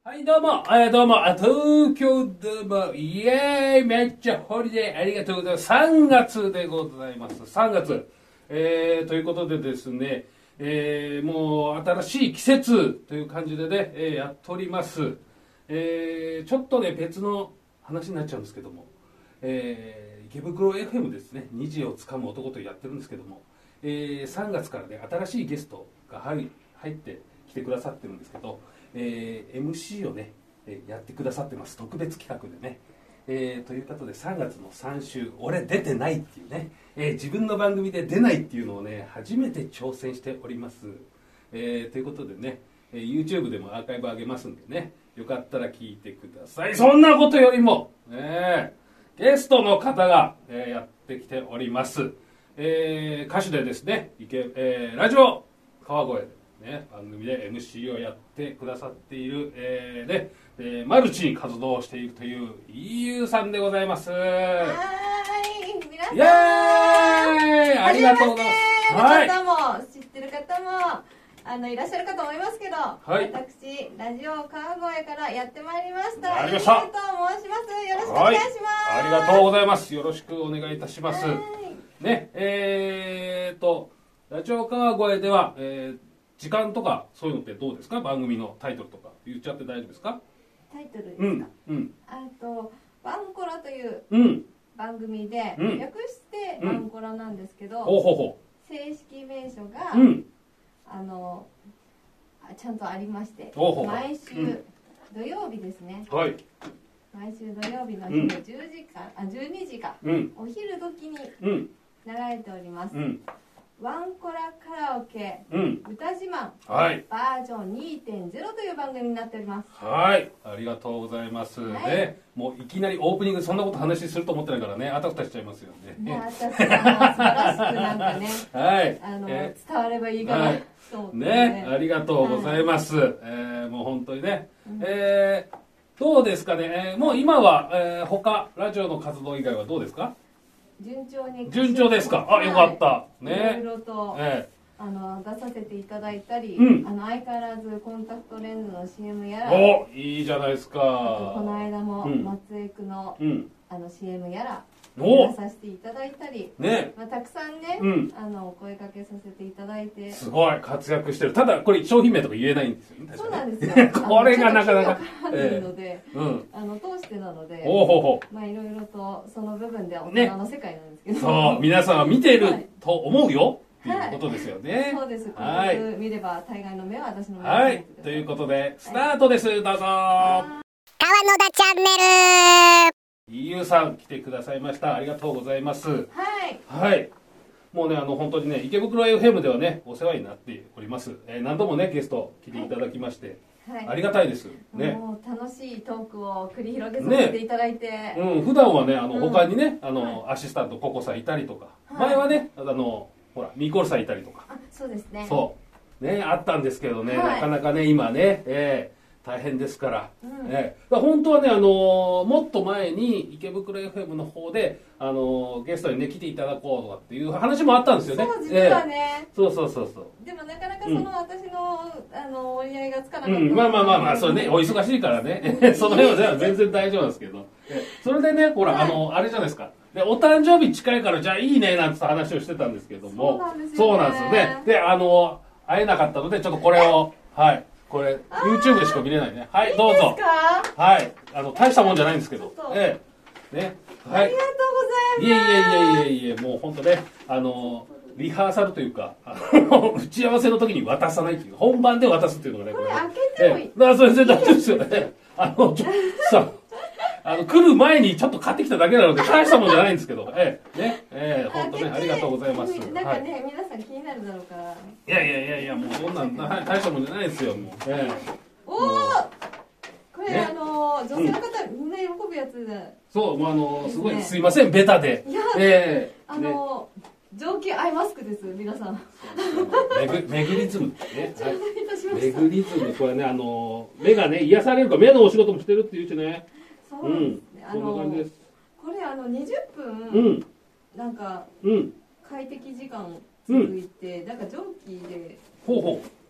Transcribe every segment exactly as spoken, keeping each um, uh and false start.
はい、どうも、えー、どうも、あ東京どうも、イエーイ、めっちゃホリデー、ありがとうございます。さんがつでございます。さんがつ。えー、ということでですね、えー、もう新しい季節という感じでね、えー、やっております。えー、ちょっとね、別の話になっちゃうんですけども、えー、池袋 エフエム ですね、虹をつかむ男とやってるんですけども、えー、さんがつからね、新しいゲストが入入ってきてくださってるんですけど、えー、エムシー をね、えーやってくださってます。特別企画でね。えー、ということでさんがつのさん週、俺出てないっていうね、えー自分の番組で出ないっていうのをね、初めて挑戦しております。えーということでね、えー YouTube でもアーカイブ上げますんでね、よかったら聞いてください。そんなことよりも、えーゲストの方が、えーやってきております。えー歌手でですね、いけえーラジオ川越でね、番組で エムシー をやってくださっている、えーねえーマルチに活動しているという イーユー さんでございます。ははーい、皆さん。 イエーイ、ありがとうございます。はい、 方も知ってる方もあのいらっしゃるかと思いますけど、 はい、 私ラジオ川越からやってまいりました。 ありました。 イーユーと申します。よろしくお願いします。 はい、ありがとうございます。よろしくお願いいたします。 はいね、えーとラジオ川越では、えー時間とかそういうのってどうですか？番組のタイトルとか言っちゃって大丈夫ですか？ タイトルですか？ うんうん。 あとバンコラといううん番組で、 うん略してバンコラなんですけど、 ほうほうほ正式名称が、 う。うん。 あのあちゃんとありまして、 ほうほうほう。 毎週土曜日ですね。 うん、はい。 毎週土曜日のうん昼じゅうじか、あじゅうにじか、 うんお昼時にうん流れております。 うん。 ワンコラカラオケうん。 歌自慢はい。 バージョン にてんゼロ という番組になっております。 はい。ありがとうございます。 はいね、もういきなりオープニングそんなこと話すると思ってないからね、あたふたしちゃいますよね。 ね、私はもう素晴らしくなんかね、 はい。 あのえ伝わればいいかな、 はいと思ってね、ありがとうございます。えーもう本当にね、 うんえーどうですかね、えーもう今は、えー他ラジオの活動以外はどうですか？ 順調に順調ですか？あ、よかった。 はいいろねい。ろと、 えあの出させていただいたり、 うんあの相変わらずコンタクトレンズの シーエム やら、 ー、お、いいじゃないですか。 あとこの間もうん松江区の、 うん。 あの シーエム やらお出させていただいたり、 ね。 まあ、たくさんね、 うんあのお声かけさせていただいて、 すごい活躍してる。ただこれ商品名とか言えないんですよね。 そうなんですよこれがなかなか。 あのちょっと企業絡んでるので、 うん。 あの通してなので、 ほうほうほまあいろいろとその部分では大ね人の世界なんですけど、 そう、皆さんは見ていはいると思うよ、っていうことですよね。 そうです。 はい。 こう見れば大概の目は私の目をはい見てくださ。 ということで、スタートです。どうぞ。 は川野田チャンネル。 イーユー さん来てくださいました。ありがとうございます。 い。はい。 はい。もうね、あの、本当にね、池袋 エフエム ではね、お世話になっております。えー何度もね、ゲスト来ていただきまして、 はい。 ありがたいです。ね。 もう楽しいトークを繰り広げさせていただいて、 うん、普段はね、あの、 うん他にね、あの、アシスタントココさんいたりとか、 はい前はね、あの、ほら、ミーコールさんいたりとか、 あ、そうですね。 そう、ね、あったんですけどね、 はいなかなかね、今ね、えー大変ですから、 うんえーだから本当はね、あのーもっと前に池袋 エフエム の方で、あのーゲストにね、来ていただこうとかっていう話もあったんですよね。 そう、実はね、 えーそうそうそうそう。 でもなかなかその、 うん私のあの折り合いがつかなかった、 うん、まあまあまあまあ、それね、お忙しいからね、その辺はじゃあ全然大丈夫なんですけど、えそれでね、ほら、 はいあの、あれじゃないですか、で、お誕生日近いから、じゃあいいね、なんて話をしてたんですけども、 そうなんですよねそうなんですよね。で、あの、会えなかったので、ちょっとこれを、はい、これ、YouTube でしか見れないね。はい、どうぞ。 ですか？ はい、あの、大したもんじゃないんですけどちょっと、 ええ、ね、はいありが。とうごいざいます。 えいえいえいえいえ、もう本当ね、あの、リハーサルというか、あの打ち合わせの時に渡さないっていう、本番で渡すっていうのがね、 これ開けてもいい？ ええ、だからそれ全然大丈夫ですよね。あの、ちょさ、あの、来る前にちょっと買ってきただけなので、大したもんじゃないんですけど、ええ、ね、ええ、本当ね、ありがとうございます。 なんかね、 はい。 皆さん気になるだろうから。 いやいやいやいや、もうそんなん、はい大したもんじゃないですよ、もう。ええ。 おお、これ、 ねあの女性の方、みんな喜ぶやつだ。 そう、もうあの、すごい、 ですねすいません、ベタで。 いや、 ええ。 あの、蒸気アイマスクです、皆さん。 メグメグリズムってね。はい頂戴いたしまメした。 グリズム、これね、あの、目がね、癒されるか、目のお仕事もしてるっていうしね。 そうなんですね。あそんなの感じです。 これあのにじゅっぷ、 うんん、 なんかうん、 快適時間続いて、なんか蒸気でほうほ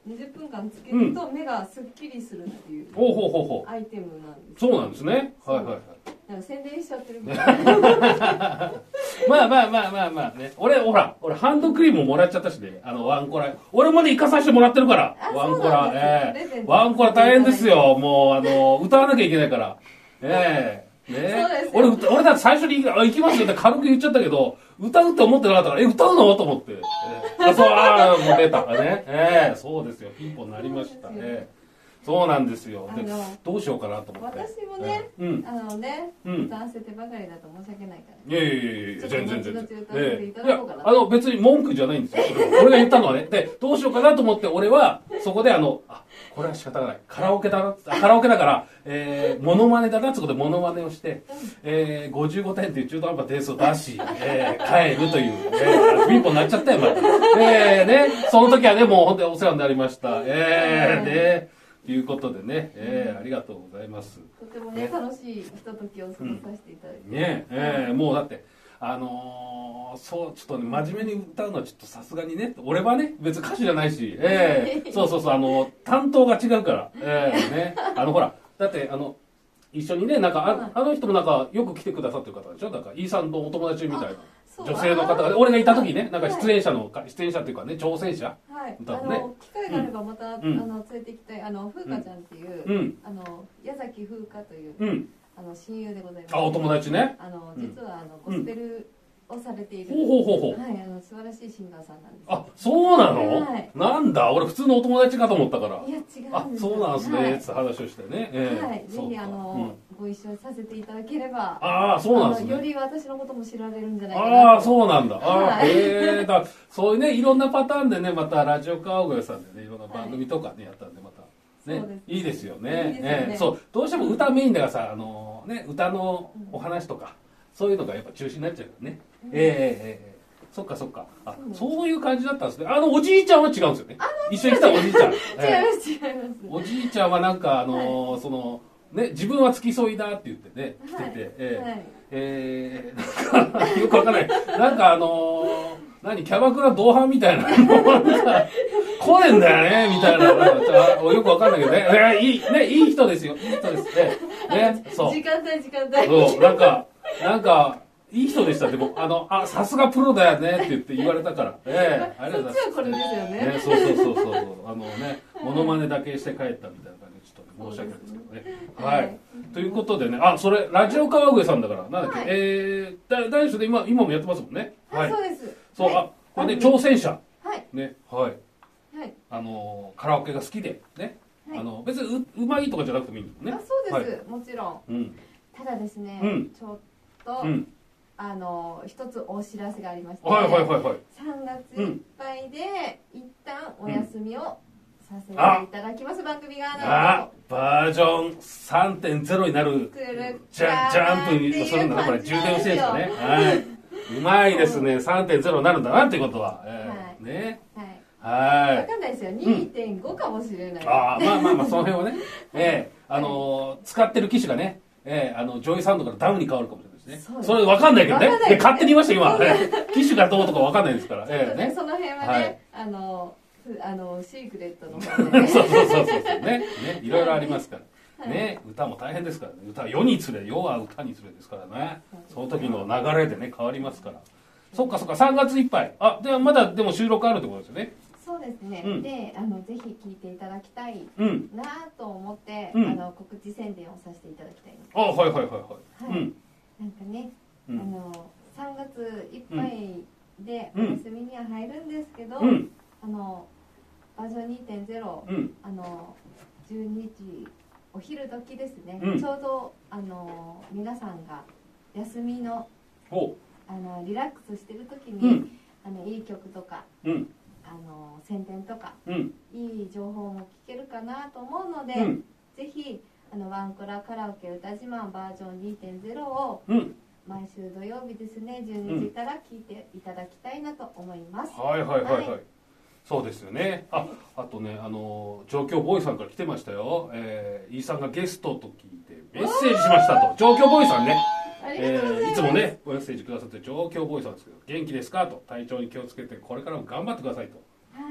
にじゅっぷんかんつけると目がすっきりするっていうほうほうほうほう。 アイテムなんです。 そうなんですね。はいはいはい。 なんか宣伝しちゃってるみたいな。 まあまあまあまあまあね。俺、ほら、俺ハンドクリームももらっちゃったしね。あの、ワンコラ。俺もね、行かさせてもらってるから。 あワンコラ。 そうなんですええプレゼントワンコラ大変ですよ。もう、あの、歌わなきゃいけないから。ええねそうですよ俺、歌俺だって最初に、あ、行きますよって軽く言っちゃったけど、歌うって思ってなかったから、え、歌うのと思って。ええあ、そう、あーもう出た。ね。ええそうですよ。ピンポンになりました。 そうですよええそうなんですよ。であの、 どうしようかなと思って。 私もね、 ええうん。 あのね、 うん歌わせてばかりだと申し訳ないから。 いやいやいやいや、 ちょっと全然全然。 後々歌わせていただこうかなええいや、あの、別に文句じゃないんですよ。それは俺が言ったのはね。で、どうしようかなと思って、俺は、そこであの、あ、これは仕方がない。カラオケだな、あカラオケだから、えー、モノマネだなってことでモノマネをして、えー、ごじゅうごてんっていう中途半端な点数を出し、えー、帰るという、えー、ピンポンになっちゃったよ、また。えー、ね、その時はね、もう本当にお世話になりました。えー、ね、ということでね、えー、ありがとうございます。 とてもね、楽しいひとときを過ごさせていただいて。 ねえ、えー、もうだって、あのー、そう、ちょっとね、真面目に歌うのはちょっとさすがにね、俺はね、別に歌手じゃないし、えー、そうそうそう、あの、担当が違うから、えー、ね、あの、ほら、だって、あの、一緒にね、なんか、ああの人もなんか、よく来てくださってる方でしょなんか、イーさんのお友達みたいな。女性の方が、俺がいた時ね、なんか出演者の、出演者っていうかね、挑戦者はい、 だねあの機会があればまた、 んあの連れてきたいあの風花ちゃんっていう、 うんあの矢崎風花という、 うん。 あの親友でございます。 あ、お友達ね。 あのうん実はあのゴスペルをされている、 ほうほうほうほう。 はい、あの素晴らしいシンガーさんなんです。 あ、そうなの、 はいなんだ俺普通のお友達かと思ったから。 いや違うんですよ。 あ、そうなんですね。 はいつって話をしてね。ええはい、ぜひそうかあの、ご一緒させていただければ、 ああ、そうなんですね。 あのより私のことも知られるんじゃないかなと。 ああ、そうなんだ。ああ、 はいへえだそういうね、いろんなパターンでね、またラジオ川越さんでね、いろんな番組とかね、やったんで、また。ねそうですねいいですよね。 いいですよねええそう、どうしても歌メインだからさ、あのね、歌のお話とか、そういうのがやっぱ中心になっちゃうよね。 うんええええええそっかそっか。あ、 うんそういう感じだったんですね。あの、おじいちゃんは違うんですよね。一緒に来たおじいちゃん。 違いええます違います。 おじいちゃんはなんかあのーそのね自分は付き添いだって言ってね来てて、 はいえーはいえーなんかよくわかんないなんかあのー何キャバクラ同伴みたいななんか来ねえんだよねみたいななんかあよくわかんないけどね、えーいいねいい人ですよいい人ですねねそう時間帯時間帯。 そうなんかなんかいい人でしたでもあのあさすがプロだよねって言って言われたからええありがとうございますそっちはこれですよねねそうそうそうそうそうあのねモノマネだけして帰ったみたいな感じでちょっと申し訳ないですけどねはい、 はいということでねあそれラジオ川越さんだからなんだっけ、 はいえー、だ大丈夫で今今もやってますもんねはい、そうです。 そう、 はい、 あこれね挑戦者はいねはいはい。 あのカラオケが好きでね、 はいあの別にううまいとかじゃなくてもいいんだよあねそうです、 はいもちろん。 うんただですね、 うんちょっと、 うんあの一つお知らせがありまして、 はいはいはいはいさんがついっぱいで、一旦お休みをさせていただきます、番組があバージョン さんてんゼロ になる来るジャジャンプにするんだなこれ充電してるんですかねはいうまいですね さんてんゼロ になるんだなっていうことは、えーねはい、 はわかんないですよ、にてんごかもしれない。 いあーまあまあまあその辺はねえー、あのー使ってる機種がねえー、あのジョイサウンドからダウンに変わるかもしれないですねそうですそれわかんないけどねわかんないで勝手に言いました今、えー機種がどうとかわかんないですからちょっとね、 えーねその辺はね、 はいあのふあのシークレットの方で、ね、 そうそうそうそうねねいろいろありますからはいね、歌も大変ですからね歌は世につれ世は歌につれですからねその時の流れでね変わりますからそっかそっかさんがついっぱいあでもまだでも収録あるってことですよねそうですね、 うんであのぜひ聞いていただきたいうんなと思って、 うんあの告知宣伝をさせていただきたいのあはいはいはいはい、 はいうんなんかね、 うんあのさんがついっぱいでおうん休みには入るんですけど、 うんあのバージョン にてんゼロ、 うんあのじゅうにじお昼時ですね、 うんちょうどあの皆さんが休みのおあのリラックスしてる時に、 うんあのいい曲とかうんあの宣伝とかうんいい情報も聞けるかなと思うので、 うんぜひあのワンコラカラオケ歌自慢バージョン にてんゼロ をうん毎週土曜日ですねじゅうにじから聞いていただきたいなと思います、 はいはいはいはい、 はいそうですよねああとねあの状況ボーイさんから来てましたよ、えー、イーさんがゲストと聞いてメッセージしましたと状況ボーイさんねありがとうございます、 えーいつもねメッセージくださって状況ボーイさんですけど元気ですかと体調に気をつけてこれからも頑張ってくださいと、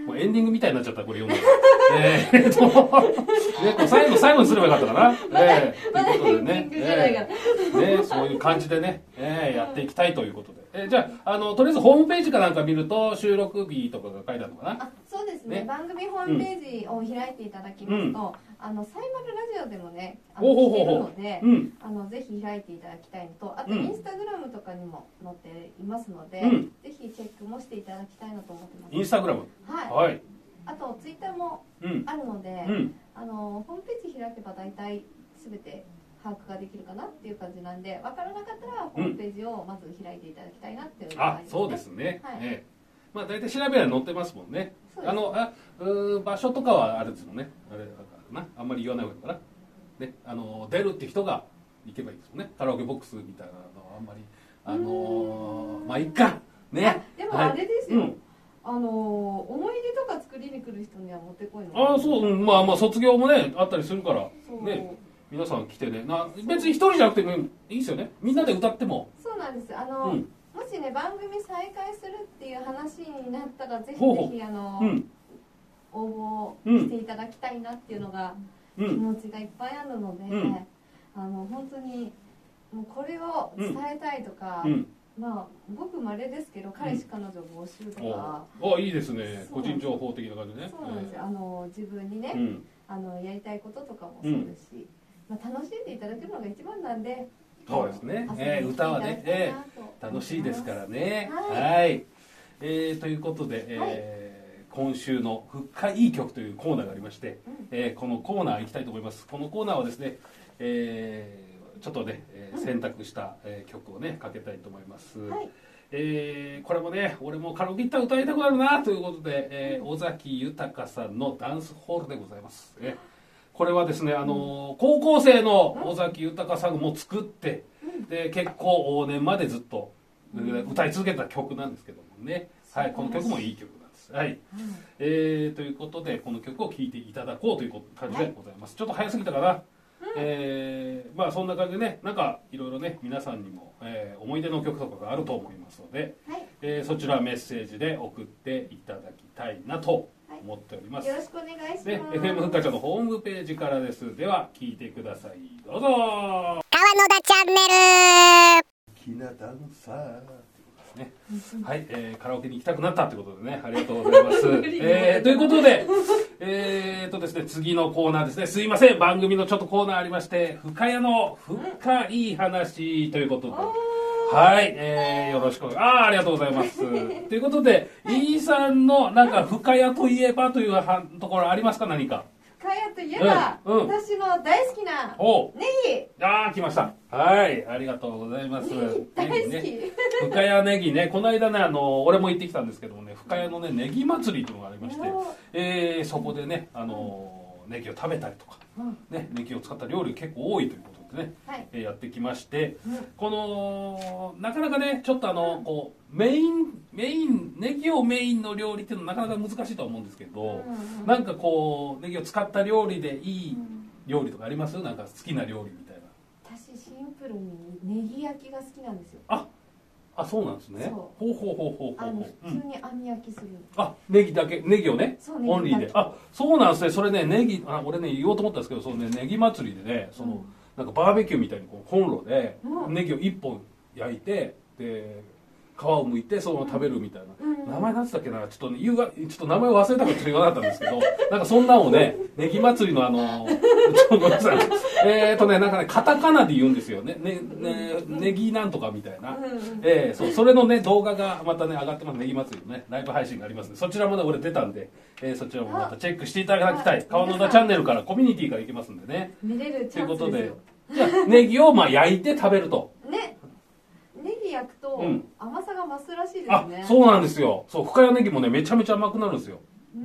もうエンディングみたいになっちゃったこれ読んで。えーっと、ね、こう最後最後にすればよかったかな。えー、 まだエンディングじゃないから。 えーね、そういう感じでね、えー、やっていきたいということで。えー、じゃあ、あのとりあえずホームページかなんか見ると収録日とかが書いてあるのかな。 あ、そうですね。 ね、 番組ホームページを開いていただきますと、うん、あのサイマルラジオでもね、あの聞けるので、うん、あのぜひ開いていただきたいのと、あとインスタグラムとかにも載っていますので、うん、ぜひチェックもしていただきたいなと思ってます。 インスタグラム。 はい。 はい、 あとツイッターもあるので、うん、あのホームページ開けば大体すべて把握ができるかなっていう感じなんで、分からなかったらホームページをまず開いていただきたいなっていう、ね、 うん、あ、そうですね。はい、ね、まあ大体調べは載ってますもんね。あのあう場所とかはあれですもんね。あれな、あんまり言わない方がいいかな。ね、あの出るって人が行けばいいですもんね。カラオケボックスみたいなのはあんまりあのー、まあいっかね。 でもあれですよ。はい、うん、あの思い出とか作りに来る人にはもってこいの。 ああ、そう、うん、まあまあ卒業もねあったりするからね。皆さん来てね、な別に一人じゃなくてもいいですよね。みんなで歌っても。 そうなんです。あの、うん、もしね番組再開するっていう話になったらぜひぜひあの、うん、応募していただきたいなっていうのが、うん、気持ちがいっぱいあるので、うん、あの本当にもうこれを伝えたいとか、うん、まあごく稀ですけど彼氏彼女募集とか、 うん、あいいですね。個人情報的な感じね。 そうなんですよ。あの自分にね、うん、あのやりたいこととかもそうですし、まあ、楽しんでいただけるのが一番なんで。 そうですね、えー、歌はね、えー、楽しいですからね。はい、はい、えー、ということで、えーはい、今週の「ふっかいい曲」というコーナーがありまして、うん、えー、このコーナー行きたいと思います。このコーナーはですね、えー、ちょっとね、えー、選択した、えー、曲をねかけたいと思います。はい、えー、これもね俺もカラオケ行ったら歌いたくなるなということで、えー、尾崎豊さんの「ダンスホール」でございます。えーこれはですね、あのー、高校生の尾崎豊さんも作って、で結構往年までずっと歌い続けた曲なんですけどもね、はい、この曲もいい曲なんです。はい、えー、ということでこの曲を聴いていただこうという感じでございます。ちょっと早すぎたかな。えー、まあそんな感じでね、なんかいろいろね皆さんにも、えー、思い出の曲とかがあると思いますので、はい、えー、そちらメッセージで送っていただきたいなと思っております。 よろしくお願いします。 で、エフエム ふっかちゃんのホームページからです。では聞いてください。どうぞ。 川野田チャンネル。 好きなダンサーってことですね。はい、えー、カラオケに行きたくなったってことでね、ありがとうございます。えー、ということで、えーとですね、次のコーナーですね。すいません、番組のちょっとコーナーありまして、深谷の深い話ということで。はい、えー、よろしく。ああ、ありがとうございます。ということで、飯さんのなんか深谷といえばというはところありますか、何か。 深谷といえば、うんうん、私の大好きなネギ。 ああ、来ました。はい、ありがとうございます。 ネギ大好き。 ね、深谷ネギね、この間ね、あの俺も行ってきたんですけどもね、深谷のねネギ祭りというのがありまして、えー、そこでね、あのネギを食べたりとか、ね、ネギを使った料理結構多いということでね、はい、えー、やってきまして、うん、このなかなかねちょっとあの、うん、こうメインメインネギをメインの料理っていうのはなかなか難しいとは思うんですけど、うんうん、なんかこうネギを使った料理でいい料理とかあります？なんか好きな料理みたいな。 私シンプルにネギ焼きが好きなんですよ。 ああ、そうなんですね。ほうほうほうほうほう。 あの普通に網焼きする。うん、 あ、ネギだけ、ネギをね、オンリーで。あ、そうなんですね。それね、ネギ、あ、俺ね言おうと思ったんですけど、そのねネギ祭りでね、その、うん、なんかバーベキューみたいにこうコンロで、うん、ネギを一本焼いて、で皮を剥いてそのまま食べるみたいな、うん、名前なんつったっけな、ちょっとね、言うがちょっと名前を忘れたからちょっと言わなかったんですけど、なんかそんなのをね、ネギ祭りのあの、ちょっとごめんなさい。えーとね、なんかね、カタカナで言うんですよね。ね、ね、ネギなんとかみたいな。えー、そう、それのね、動画がまたね、上がってます。ネギ祭りのね、ライブ配信がありますので、そちらもね、俺出たんで、えー、そちらもまたチェックしていただきたい。川野田チャンネルから、コミュニティから行けますんでね。 見れるチャンスですよ。ということで、 じゃあ、ネギをまあ焼いて食べると。 ね。ネギ焼くと甘さが増すらしいですね。 あ、そうなんですよ。そう、深谷ネギもね、めちゃめちゃ甘くなるんですよ。 うん、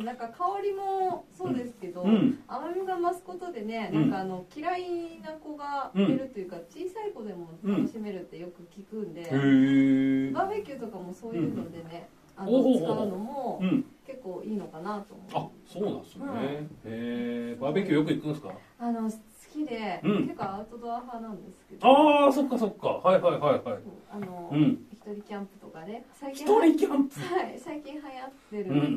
なんか香りもそうですけど、うん、甘みが増すことでね、うん、なんかあの嫌いな子がいるというか、うん、小さい子でも楽しめるってよく聞くんで、うん、バーベキューとかもそういうのでね、うん、あの使うのも結構いいのかなと思う。 あ、そうなんですね。へー、バーベキューよく行くんですか？ あの好きで、うん、結構アウトドア派なんですけど。 ああ、そっかそっか、はいはいはいはい。 あの、うん、一人キャンプとかね、 最近一人キャンプ、 はい、最近流行ってる、うん、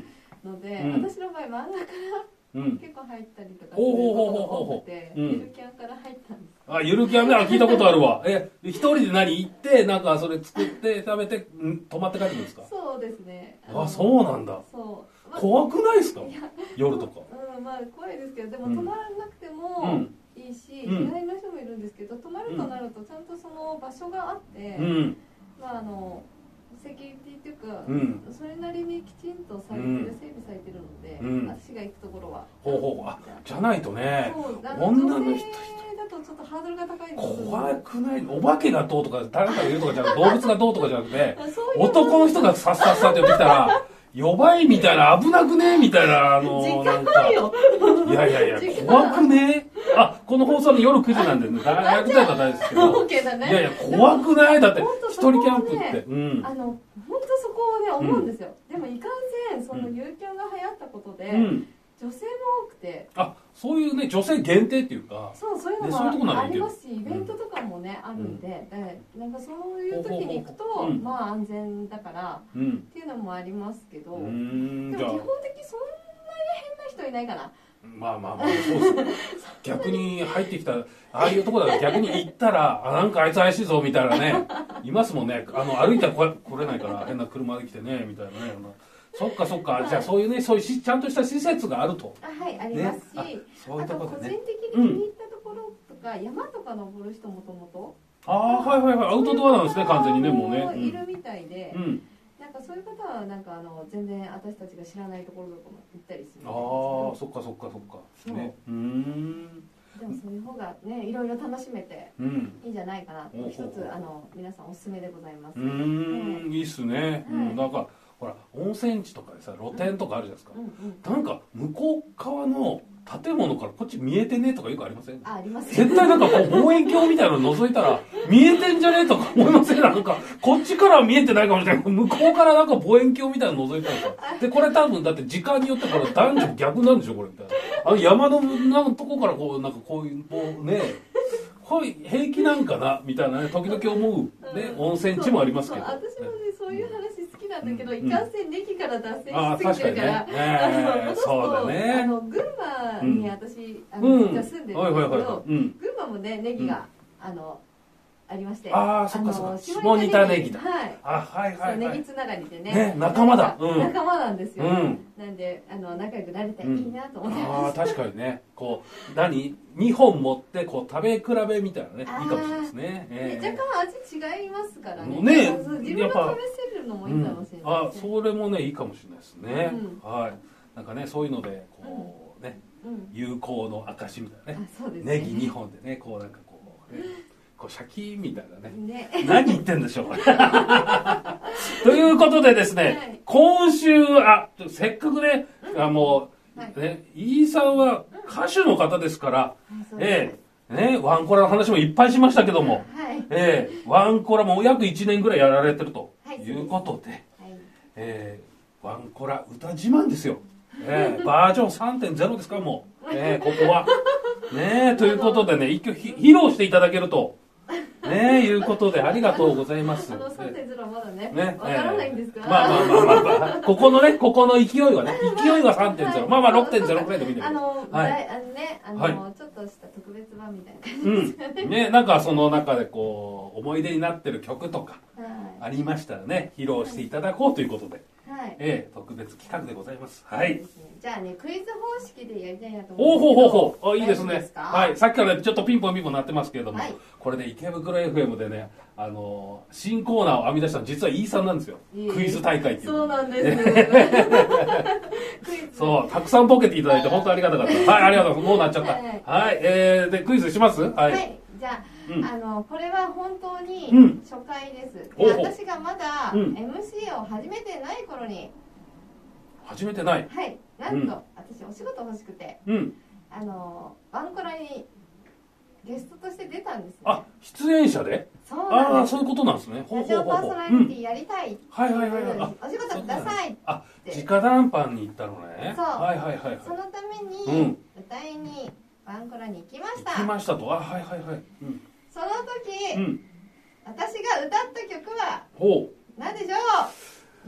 ので、 うん、 私の場合漫画から、うん、結構入ったりとかすることが多くて、ゆるキャンから入ったんです。 あ、ゆるキャンなら聞いたことあるわ。え、一人で何行って、なんかそれ作って食べて、ん泊まって帰ってくるんですか？ そうですね。 あ、そうなんだ。 そう。まあ、 怖くないですか？夜とか。 うん、まあ怖いですけど、でも泊まらなくてもいいし、うん、日帰りの人もいるんですけど、泊まるとなるとちゃんとその場所があって、うん、まああのセキュリティっていうか、うん、それなりにきちんとされてる、うん、整備されてるので、うん、私が行くところは。 ほうほう、あ、じゃないとね。 そう、女の人だとちょっとハードルが高いんです。 怖くない？お化けがどうとか、誰かがいるとかじゃなくて、動物がどうとかじゃなくて、男の人がさっさっさって寄ってきたら。やばいみたいな、危なくねみたいな、あのー、なんか。いやいやいや、怖くねあ、この放送の夜くじなんでね、だいぶだったら大ですけど。いやいや、怖くないだって、一人キャンプって。うん。 あの、本当そこをね、思うんですよ。でも、いかんせん、その有給が流行ったことで、女性も多くて。 あ、そういうね、女性限定っていうか。 そう、そういうのもありますし、イベントとかもね、あるんで、なんかそういう時に行くと、まあ安全だから、っていうのもありますけど、でも基本的にそんなに変な人いないかな。 まあまあまあ、そうです。逆に入ってきた、ああいうとこだから逆に行ったら、あ、なんかあいつ怪しいぞ、みたいなね、いますもんね。あの、歩いたら来れないから、変な車で来てね、みたいなね。そっかそっか、じゃあそういうね、そういうしちゃんとした施設があると。 あ、はい、ありますし、ね、そういうところでね。あと個人的に気に入ったところとか、うん、山とか登る人もともと。 ああ、はいはいはい、アウトドアなんですね、完全にね、もうね。 いるみたいで、うん、なんかそういう方はなんかあの全然私たちが知らないところとかも行ったりするんですけど。 ああ、そっかそっかそっか。 そう。ね、うーん。でもそういう方がね、いろいろ楽しめていいんじゃないかなと、一つあの皆さんおすすめでございます。 うーん、いいっすね。うん、なんか。ほら温泉地とかでさ露天とかあるじゃないですか、うんうん、なんか向こう側の建物からこっち見えてねとかよくありません？ あ、あります。 絶対なんかこう望遠鏡みたいなの覗いたら見えてんじゃねえとか思いません？なんかこっちからは見えてないかもしれないけど向こうからなんか望遠鏡みたいなの覗いたらさでこれ多分だって時間によってこれ男女逆なんでしょこれみたいなあの山のなんかとこからこうなんかこういうこうねこれ平気なんかなみたいなね時々思うね、うん、温泉地もありますけど。 そうそう私もねそういう話好きなんだけど、うん、いかんせんネギから脱線しすぎてるから、あの戻すと、ね、あの群馬に私、あの、うん、住んでるんですけど、群馬もねネギが、うん、あのありまして、 ああそっかそっか下仁田ネギだ、 はい、 あはいはいはいネギつながりでね、 ね仲間だ、 うん、仲間なんですよ、うん、なんであの仲良くなれたらいいなと思ってます、 うん、あ確かにねこう何にほん持ってこう食べ比べみたいなねいいかもしれないですね、 えー、若干味違いますからねね自分が試せるのもいいかもしれない、 うん、あそれもねいいかもしれないですね、うん、はいなんかねそういうのでこうね、うん、友好の証みたいなね、 そうですね、 ネギにほんでねこうなんかこうねこうシャキーンみたいな ね, ね何言ってんでしょうということでですね、はい、今週あせっかくね、うん、あもう、はい、ね飯さんは歌手の方ですから、うん、ええー、ねワンコラの話もいっぱいしましたけども、はい、えー、ワンコラも約いちねんぐらいやられてるということで、はい、えー、ワンコラ歌自慢ですよ、えー、バージョン さんてんゼロ ですからもう、えー、ここはねということでね一曲披露していただけるとねえいうことでありがとうございます。 あの さんてんゼロ はまだね、ねわからないんですか。 まあまあまあまあ、まあ、ここのねここの勢いはね勢いは さんてんゼロ、まあまあ ろくてんゼロ くらいでもいいんだけど。 あの、はい、あのねあの、はい、ちょっとした特別版みたいな感じですよね。 うん、ねなんかその中でこう思い出になってる曲とかありましたらね披露していただこうということで。はい、ええ特別企画でございます。はい。 ね、じゃあねクイズ方式でやりたいなと思うんですけど。おほほほ。あいいですね。はい。さっきからちょっとピンポンピンポン鳴ってますけれども、はい、これで池袋 エフエム でねあのー、新コーナーを編み出したの実は飯さんなんですよ。クイズ大会っていう。 そうなんですね。 そうたくさんボケていただいて本当ありがたかった。はいありがとうございます。もうなっちゃった。はい、はい、えー、でクイズします？はい。 はい、じゃあ。うん、あのこれは本当に初回です、うん、で私がまだ エムシー を始めてない頃に、 始めてないはいなんと、うん、私お仕事欲しくて、うん、あのワンコラにゲストとして出たんです、ね、 あ出演者でそうなんです。 ああそういうことなんですね。 ラジオパーソナリティやりたい、うん、 はいはいはいはいお仕事くださいって、 あ直談判に行ったのね。 そうはいはいはい、はい、 そのために、うん、歌いにワンコラに行きました行きましたとあはいはいはい、うんその時、うん、私が歌った曲はほ何でしょう。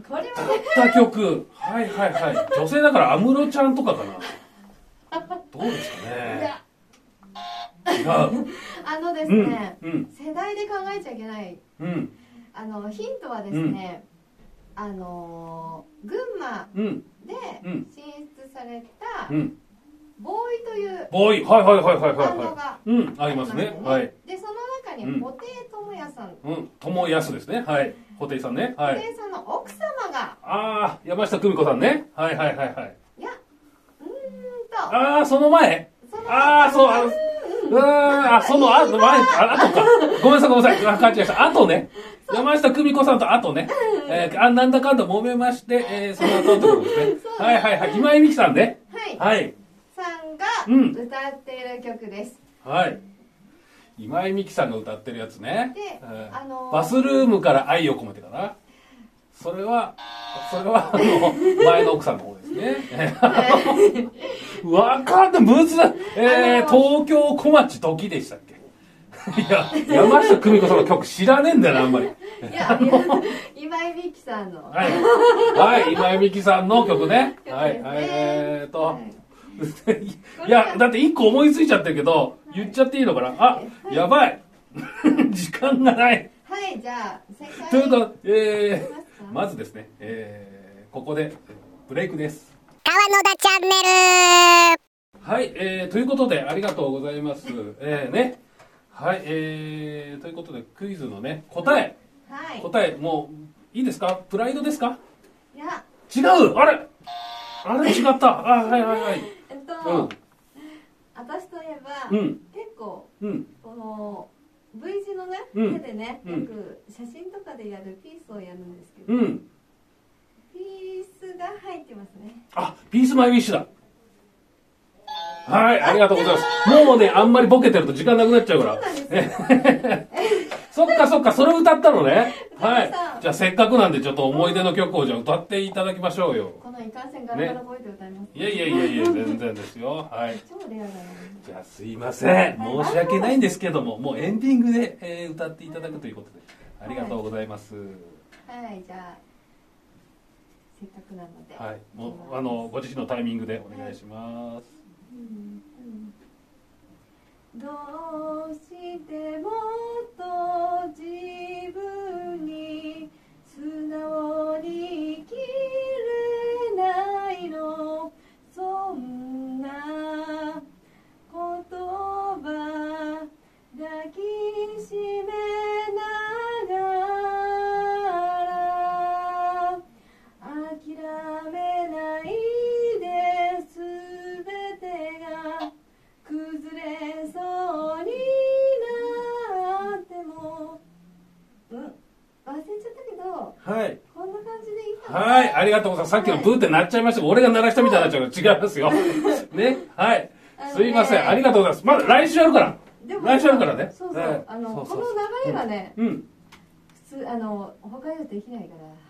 これはね歌った曲、はいはいはい、女性だから安室ちゃんとかかな。どうですかね。違う。 あのですね、 うんうん、 世代で考えちゃいけない、 うん、 あのヒントはですね、うん、あの群馬で進出された、うん、ボーイというボーイ、はいはいはいはいバンドがありますね。はい。 でその中に布袋寅泰さん、 うん、友康ですね。はい。布袋さんね。はい。 布袋さんの奥様が、 ああ、山下久美子さんね。はいはいはいはい。 いや、うーんと。 ああ、その前。ああ、そう、あの、うーん、あ、そのあと前、あ、あとか。ごめんなさいごめんなさい。あ、勘違いした。あとね。山下久美子さんとあとね。えー、あ、なんだかんだ揉めまして、えー、その後ってことですね。はいはいはい。今井美樹さんね。 はい。 はい。 さんが歌っている曲です。 うん、はい。今井美樹さんが歌ってるやつね。 で、 えーあのー、 バスルームから愛を込めてかな。それは、それは、あの、前の奥さんの方ですね。わかんない、むずい。えー、東京小町時でしたっけ。いや、山下久美子さんの曲知らねえんだよな、あんまり。いや、いや今井美樹さんの。 はい。はい、今井美樹さんの曲ね。はい、えーと、はい、いや、だって一個思いついちゃってるけど、言っちゃっていいのかな。あ、やばい。時間がない。 はい、じゃあ、正解。 というか、えー、まずですね、えー、ここでブレイクです。 川野田チャンネル。 はい、えー、ということでありがとうございます。えーね、はい、えー、ということでクイズのね、答え。 はい。 答え、もう、いいですか？プライドですか？ いや。 違う！あれあれ違った。あ、はいはいはい。 えっと、うん、私といえば、うん、結構、うん、この V 字のね、うん、手でね、よく写真とかでやるピースをやるんですけど、うん、ピースが入ってますね。 あ、ピースマイウィッシュだ。はい、ありがとうございます。もうね、あんまりボケてると時間なくなっちゃうから。そうなんですよ。そっかそっか、それ歌ったのね。はい。じゃあせっかくなんでちょっと思い出の曲をじゃあ歌っていただきましょうよ。 このいかんせんガラガラ声で歌います、ね。 いやいやいやいや、全然ですよ。はい。 超レアだな。 じゃあすいません。申し訳ないんですけども、もうエンディングで、えー、歌っていただくということで、ありがとうございます。はい、 はい、じゃあ、せっかくなので。 はい。もう、あの、ご自身のタイミングでお願いします。はい、 うんうん、どうしてもっと自分に素直に生きれないの、そんな言葉抱きしめながら諦めないで、全てが崩れそうになっても、うん、忘れちゃったけど、 はい、 こんな感じでいいかな。 はい、ありがとうございます。さっきのブーって鳴っちゃいました。俺が鳴らしたみたいになっちゃうから違いますよ。ね、はい。すいません、ありがとうございます。まだ来週やるから。来週やるからね。 そうそう、あの、この流れがね、うん。普通、あの、他ではできないから。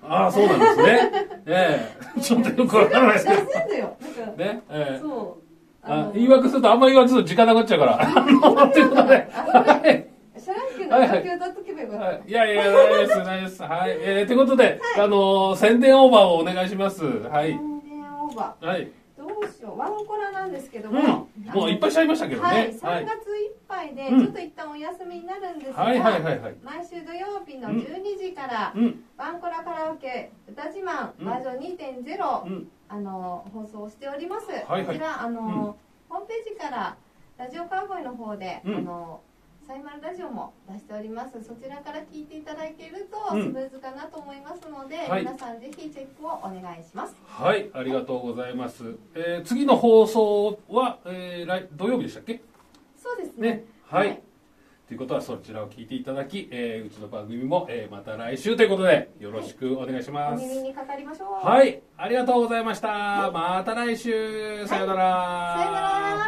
ああ、そうなんですね。ええ、ちょっとよくわからないですけど。 出せんだよ。 ね、ええ。 そう。 あ、言い訳するとあんまり言わずすると時間なくなっちゃうから。ということで、はい。 シャランキューの時歌っとけばよかった。 いやいや、大丈夫です、大丈夫です。はい。えー、ということで、あの、宣伝オーバーをお願いします。はい。 宣伝オーバー。 はい。 どうしよう。ワンコラなんですけども。 もういっぱいしちゃいましたけどね。 はい。さんがついっぱいで、ちょっと一旦お休みになるんですが、 はいはいはいはい。 毎週土曜日のじゅうにじから、ワンコラカラオケ歌自慢バージョン にてんゼロ、あの、放送しております。こちら、あの、ホームページからラジオカーボーイの方で、あの、サイマルラジオも出しております。そちらから聞いていただけるとスムーズかなと思いますので、うん、皆さんぜひチェックをお願いします。 はい、ありがとうございます。えー、次の放送は、えー、来土曜日でしたっけ？ そうですね。 ね、はい。はい、ということはそちらを聞いていただき、えー、うちの番組も、えー、また来週ということでよろしくお願いします。 お耳にかかりましょう。 はい、ありがとうございました。はい、また来週。さよなら。 さよなら。